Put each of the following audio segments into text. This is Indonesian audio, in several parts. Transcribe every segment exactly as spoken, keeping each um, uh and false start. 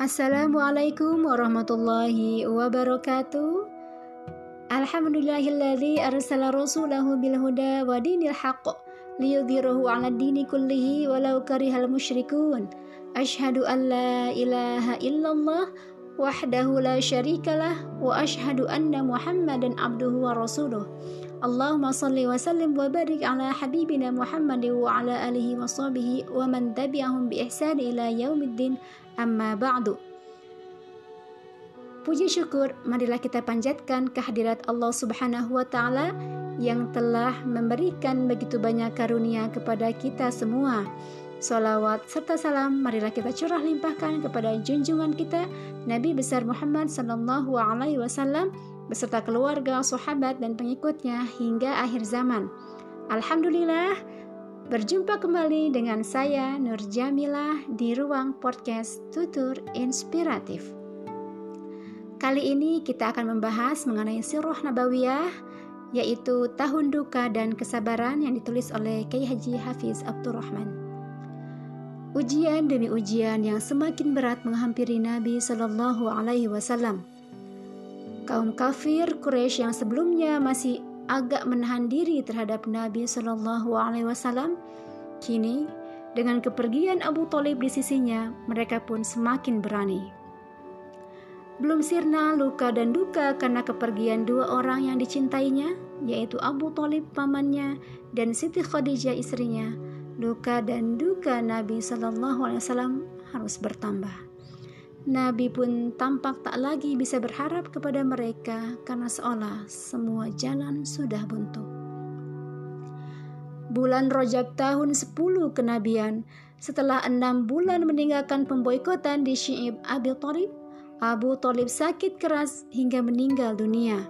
Assalamualaikum warahmatullahi wabarakatuh. Alhamdulillahilladzi arsala rasulahu bil huda wa dinil haqq liyudhhirahu 'alad dini kullihi walau karihal musyrikun. Asyhadu an la ilaha illallah wahdahu la syarikalah wa asyhadu anna Muhammadan abduhu wa rasuluh. Allahumma salli wa sallim wa barik ala habibina Muhammad wa ala alihi wa sahbihi wa man tabi'ahum bi ihsan ila yaumiddin. Amma ba'du. Puji syukur marilah kita panjatkan kehadirat Allah Subhanahu wa taala yang telah memberikan begitu banyak karunia kepada kita semua. Salawat serta salam marilah kita curah limpahkan kepada junjungan kita Nabi besar Muhammad sallallahu alaihi wasallam beserta keluarga, sahabat dan pengikutnya hingga akhir zaman. Alhamdulillah, berjumpa kembali dengan saya Nur Jamilah di ruang podcast Tutur Inspiratif. Kali ini kita akan membahas mengenai Sirah Nabawiyah, yaitu Tahun Duka dan Kesabaran yang ditulis oleh Kiai Haji Hafiz Abdurrahman. Ujian demi ujian yang semakin berat menghampiri Nabi Sallallahu Alaihi Wasallam. Kaum kafir Quraisy yang sebelumnya masih agak menahan diri terhadap Nabi Shallallahu Alaihi Wasallam, kini dengan kepergian Abu Thalib di sisinya, mereka pun semakin berani. Belum sirna luka dan duka karena kepergian dua orang yang dicintainya, yaitu Abu Thalib pamannya dan Siti Khadijah istrinya. Luka dan duka Nabi Shallallahu Alaihi Wasallam harus bertambah. Nabi pun tampak tak lagi bisa berharap kepada mereka karena seolah semua jalan sudah buntu. Bulan Rajab tahun sepuluh kenabian, setelah enam bulan meninggalkan pemboikotan di Syi'ib Abi Thalib, Abu Thalib sakit keras hingga meninggal dunia.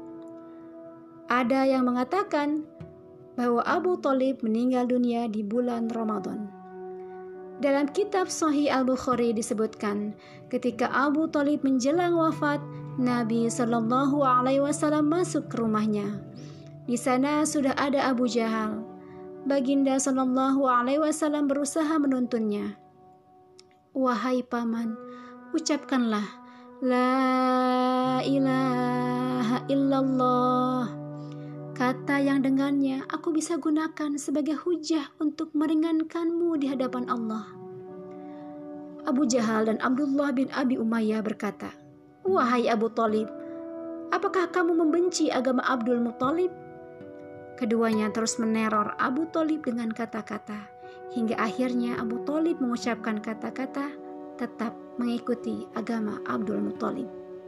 Ada yang mengatakan bahwa Abu Thalib meninggal dunia di bulan Ramadan. Dalam kitab Sahih Al-Bukhari disebutkan, ketika Abu Thalib menjelang wafat, Nabi Shallallahu Alaihi Wasallam masuk ke rumahnya. Di sana sudah ada Abu Jahal. Baginda Shallallahu Alaihi Wasallam berusaha menuntunnya. Wahai paman, ucapkanlah La ilaha illallah, kata yang dengannya aku bisa gunakan sebagai hujah untuk meringankanmu di hadapan Allah. Abu Jahal dan Abdullah bin Abi Umayyah berkata, wahai Abu Thalib, apakah kamu membenci agama Abdul Muthalib? Keduanya terus meneror Abu Thalib dengan kata-kata, hingga akhirnya Abu Thalib mengucapkan kata-kata tetap mengikuti agama Abdul Muthalib.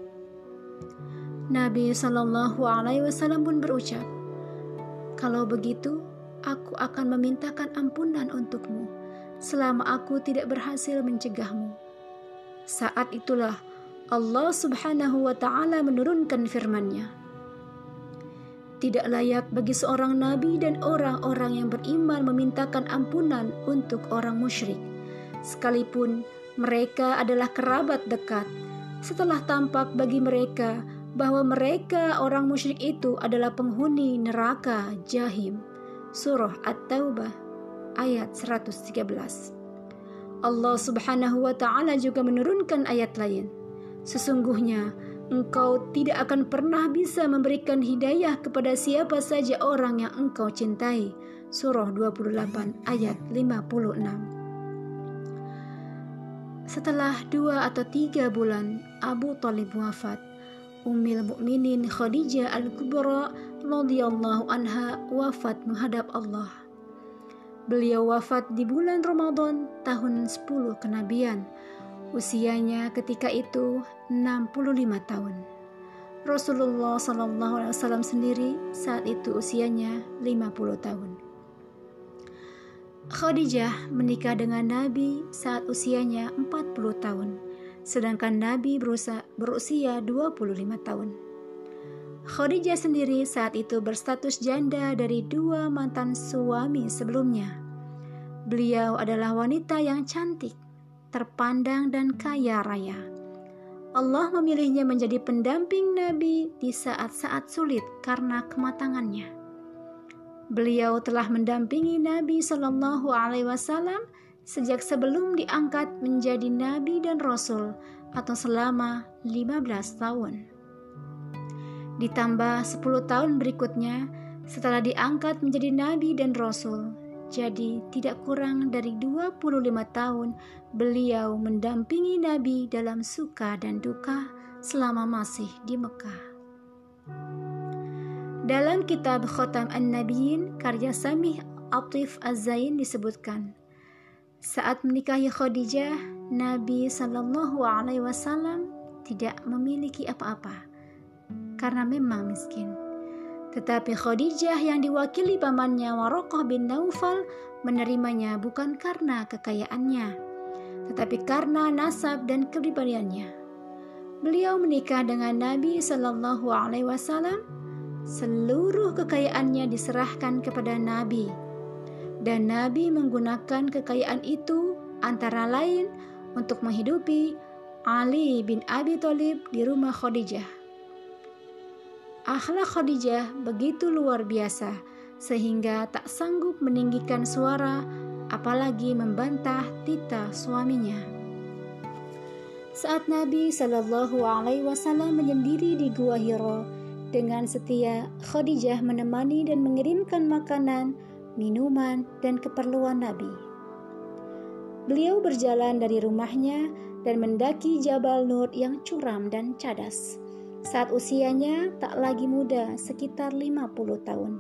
Nabi Shallallahu Alaihi Wasallam pun berucap, kalau begitu, aku akan memintakan ampunan untukmu selama aku tidak berhasil mencegahmu. Saat itulah Allah Subhanahu wa Ta'ala menurunkan firman-Nya. Tidak layak bagi seorang nabi dan orang-orang yang beriman memintakan ampunan untuk orang musyrik, sekalipun mereka adalah kerabat dekat, setelah tampak bagi mereka bahwa mereka orang musyrik itu adalah penghuni neraka Jahim. Surah At-Taubah ayat seratus tiga belas. Allah Subhanahu wa Ta'ala juga menurunkan ayat lain. Sesungguhnya engkau tidak akan pernah bisa memberikan hidayah kepada siapa saja orang yang engkau cintai. Surah dua puluh delapan ayat lima puluh enam. Setelah dua atau tiga bulan Abu Thalib wafat, Ummul Mukminin Khadijah Al-Kubra radhiyallahu anha wafat menghadap Allah. Beliau wafat di bulan Ramadan tahun sepuluh kenabian. Usianya ketika itu enam puluh lima tahun. Rasulullah sallallahu alaihi wasallam sendiri saat itu usianya lima puluh tahun. Khadijah menikah dengan Nabi saat usianya empat puluh tahun, sedangkan Nabi berusia, berusia dua puluh lima tahun. Khadijah sendiri saat itu berstatus janda dari dua mantan suami sebelumnya. Beliau adalah wanita yang cantik, terpandang dan kaya raya. Allah memilihnya menjadi pendamping Nabi di saat-saat sulit karena kematangannya. Beliau telah mendampingi Nabi Shallallahu Alaihi Wasallam sejak sebelum diangkat menjadi nabi dan rasul atau selama lima belas tahun. Ditambah sepuluh tahun berikutnya setelah diangkat menjadi nabi dan rasul, jadi tidak kurang dari dua puluh lima tahun beliau mendampingi nabi dalam suka dan duka selama masih di Mekah. Dalam kitab Khotam An-Nabiyyin karya Samih Atif Az-Zain disebutkan, saat menikahi Khadijah, Nabi Shallallahu Alaihi Wasallam tidak memiliki apa-apa karena memang miskin. Tetapi Khadijah yang diwakili pamannya Waraqah bin Naufal menerimanya bukan karena kekayaannya, tetapi karena nasab dan kepribadiannya. Beliau menikah dengan Nabi Shallallahu Alaihi Wasallam. Seluruh kekayaannya diserahkan kepada Nabi, dan Nabi menggunakan kekayaan itu antara lain untuk menghidupi Ali bin Abi Thalib di rumah Khadijah. Akhlak Khadijah begitu luar biasa sehingga tak sanggup meninggikan suara, apalagi membantah titah suaminya. Saat Nabi Shallallahu Alaihi Wasallam menyendiri di Gua Hira, dengan setia Khadijah menemani dan mengirimkan makanan, minuman, dan keperluan Nabi. Beliau berjalan dari rumahnya dan mendaki Jabal Nur yang curam dan cadas. Saat usianya tak lagi muda, sekitar lima puluh tahun.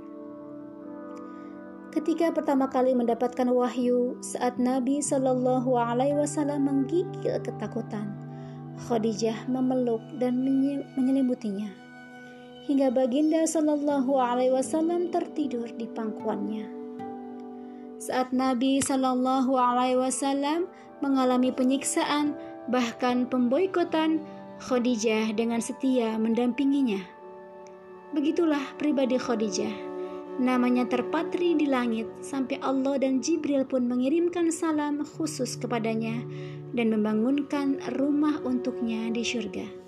Ketika pertama kali mendapatkan wahyu, saat Nabi Shallallahu Alaihi Wasallam menggigil ketakutan, Khadijah memeluk dan menyelimutinya hingga baginda Shallallahu Alaihi Wasallam tertidur di pangkuannya. Saat Nabi Shallallahu Alaihi Wasallam mengalami penyiksaan, bahkan pemboikotan, Khadijah dengan setia mendampinginya. Begitulah pribadi Khadijah. Namanya terpatri di langit sampai Allah dan Jibril pun mengirimkan salam khusus kepadanya dan membangunkan rumah untuknya di surga.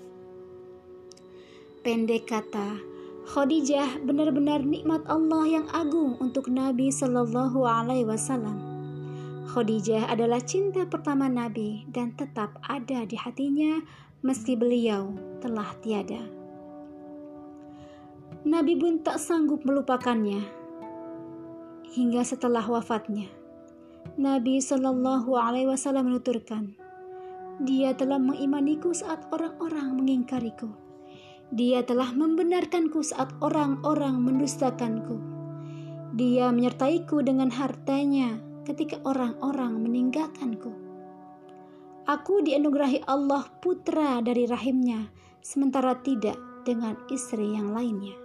Pendek kata, Khadijah benar-benar nikmat Allah yang agung untuk Nabi Shallallahu Alaihi Wasallam. Khadijah adalah cinta pertama Nabi dan tetap ada di hatinya meski beliau telah tiada. Nabi pun tak sanggup melupakannya hingga setelah wafatnya. Nabi Shallallahu Alaihi Wasallam menuturkan, "Dia telah mengimaniku saat orang-orang mengingkariku. Dia telah membenarkanku saat orang-orang mendustakanku. Dia menyertaiku dengan hartanya ketika orang-orang meninggalkanku. Aku dianugerahi Allah putra dari rahimnya, sementara tidak dengan istri yang lainnya."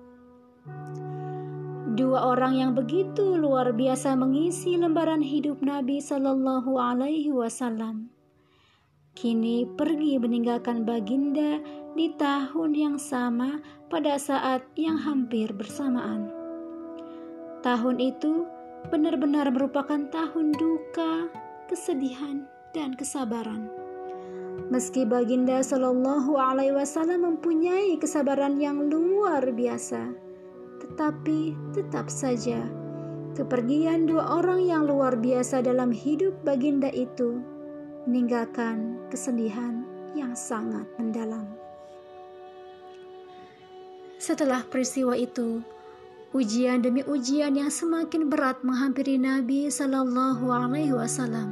Dua orang yang begitu luar biasa mengisi lembaran hidup Nabi Shallallahu Alaihi Wasallam kini pergi meninggalkan baginda di tahun yang sama pada saat yang hampir bersamaan. Tahun itu benar-benar merupakan tahun duka, kesedihan, dan kesabaran. Meski baginda Shallallahu Alaihi Wasallam mempunyai kesabaran yang luar biasa, tetapi tetap saja kepergian dua orang yang luar biasa dalam hidup baginda itu meninggalkan kesedihan yang sangat mendalam. Setelah peristiwa itu, ujian demi ujian yang semakin berat menghampiri Nabi Shallallahu Alaihi Wasallam.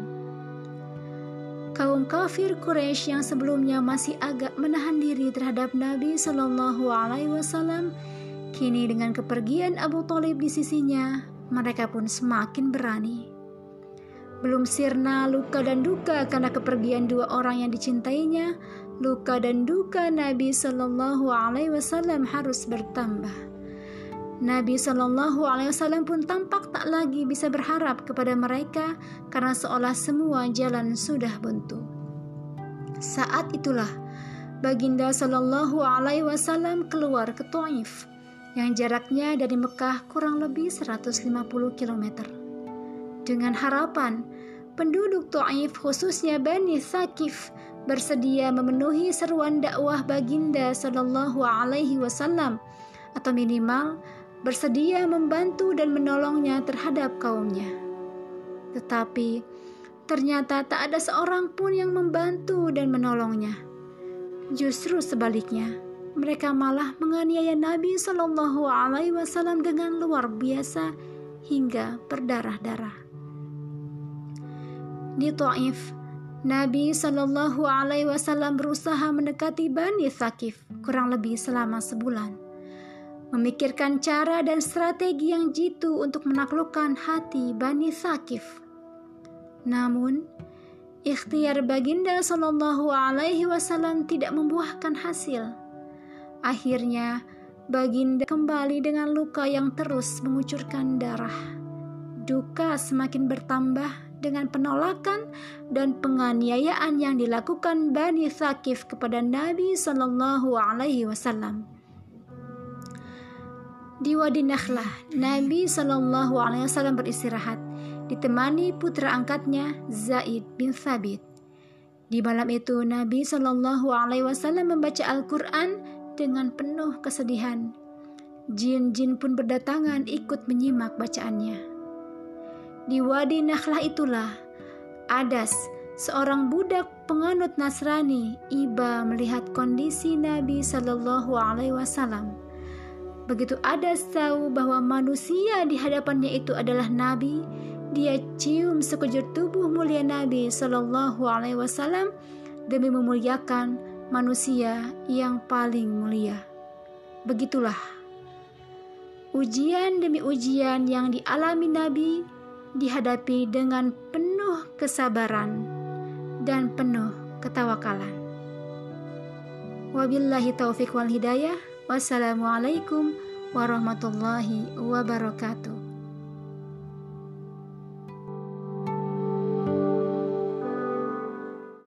Kaum kafir Quraisy yang sebelumnya masih agak menahan diri terhadap Nabi Shallallahu Alaihi Wasallam, kini dengan kepergian Abu Thalib di sisinya, mereka pun semakin berani. Belum sirna luka dan duka karena kepergian dua orang yang dicintainya, luka dan duka Nabi Shallallahu Alaihi Wasallam harus bertambah. Nabi Shallallahu Alaihi Wasallam pun tampak tak lagi bisa berharap kepada mereka karena seolah semua jalan sudah buntu. Saat itulah baginda Shallallahu Alaihi Wasallam keluar ke Thaif yang jaraknya dari Mekah kurang lebih seratus lima puluh kilometer. Dengan harapan penduduk Thaif khususnya Bani Thaqif bersedia memenuhi seruan dakwah baginda Shallallahu Alaihi Wasallam atau minimal bersedia membantu dan menolongnya terhadap kaumnya. Tetapi ternyata tak ada seorang pun yang membantu dan menolongnya. Justru sebaliknya, mereka malah menganiaya Nabi Shallallahu Alaihi Wasallam dengan luar biasa hingga berdarah-darah. Di Taif, Nabi Shallallahu Alaihi Wasallam berusaha mendekati Bani Thaqif kurang lebih selama sebulan, memikirkan cara dan strategi yang jitu untuk menaklukkan hati Bani Thaqif. Namun, ikhtiar baginda Shallallahu Alaihi Wasallam tidak membuahkan hasil. Akhirnya, baginda kembali dengan luka yang terus mengucurkan darah. Duka semakin bertambah dengan penolakan dan penganiayaan yang dilakukan Bani Thaqif kepada Nabi Shallallahu Alaihi Wasallam. Di Wadi Nakhlah, Nabi Shallallahu Alaihi Wasallam beristirahat, ditemani putra angkatnya Zaid bin Thabit. Di malam itu Nabi Shallallahu Alaihi Wasallam membaca Al-Quran dengan penuh kesedihan. Jin-jin pun berdatangan ikut menyimak bacaannya. Di Wadi Nakhlah itulah Adas, seorang budak penganut Nasrani, iba melihat kondisi Nabi Shallallahu Alaihi Wasallam. Begitu Adas tahu bahwa manusia di hadapannya itu adalah Nabi, dia cium sekujur tubuh mulia Nabi Shallallahu Alaihi Wasallam demi memuliakan manusia yang paling mulia. Begitulah ujian demi ujian yang dialami Nabi, dihadapi dengan penuh kesabaran dan penuh ketawakalan. Wabillahi taufiq wal hidayah. Wassalamualaikum warahmatullahi wabarakatuh.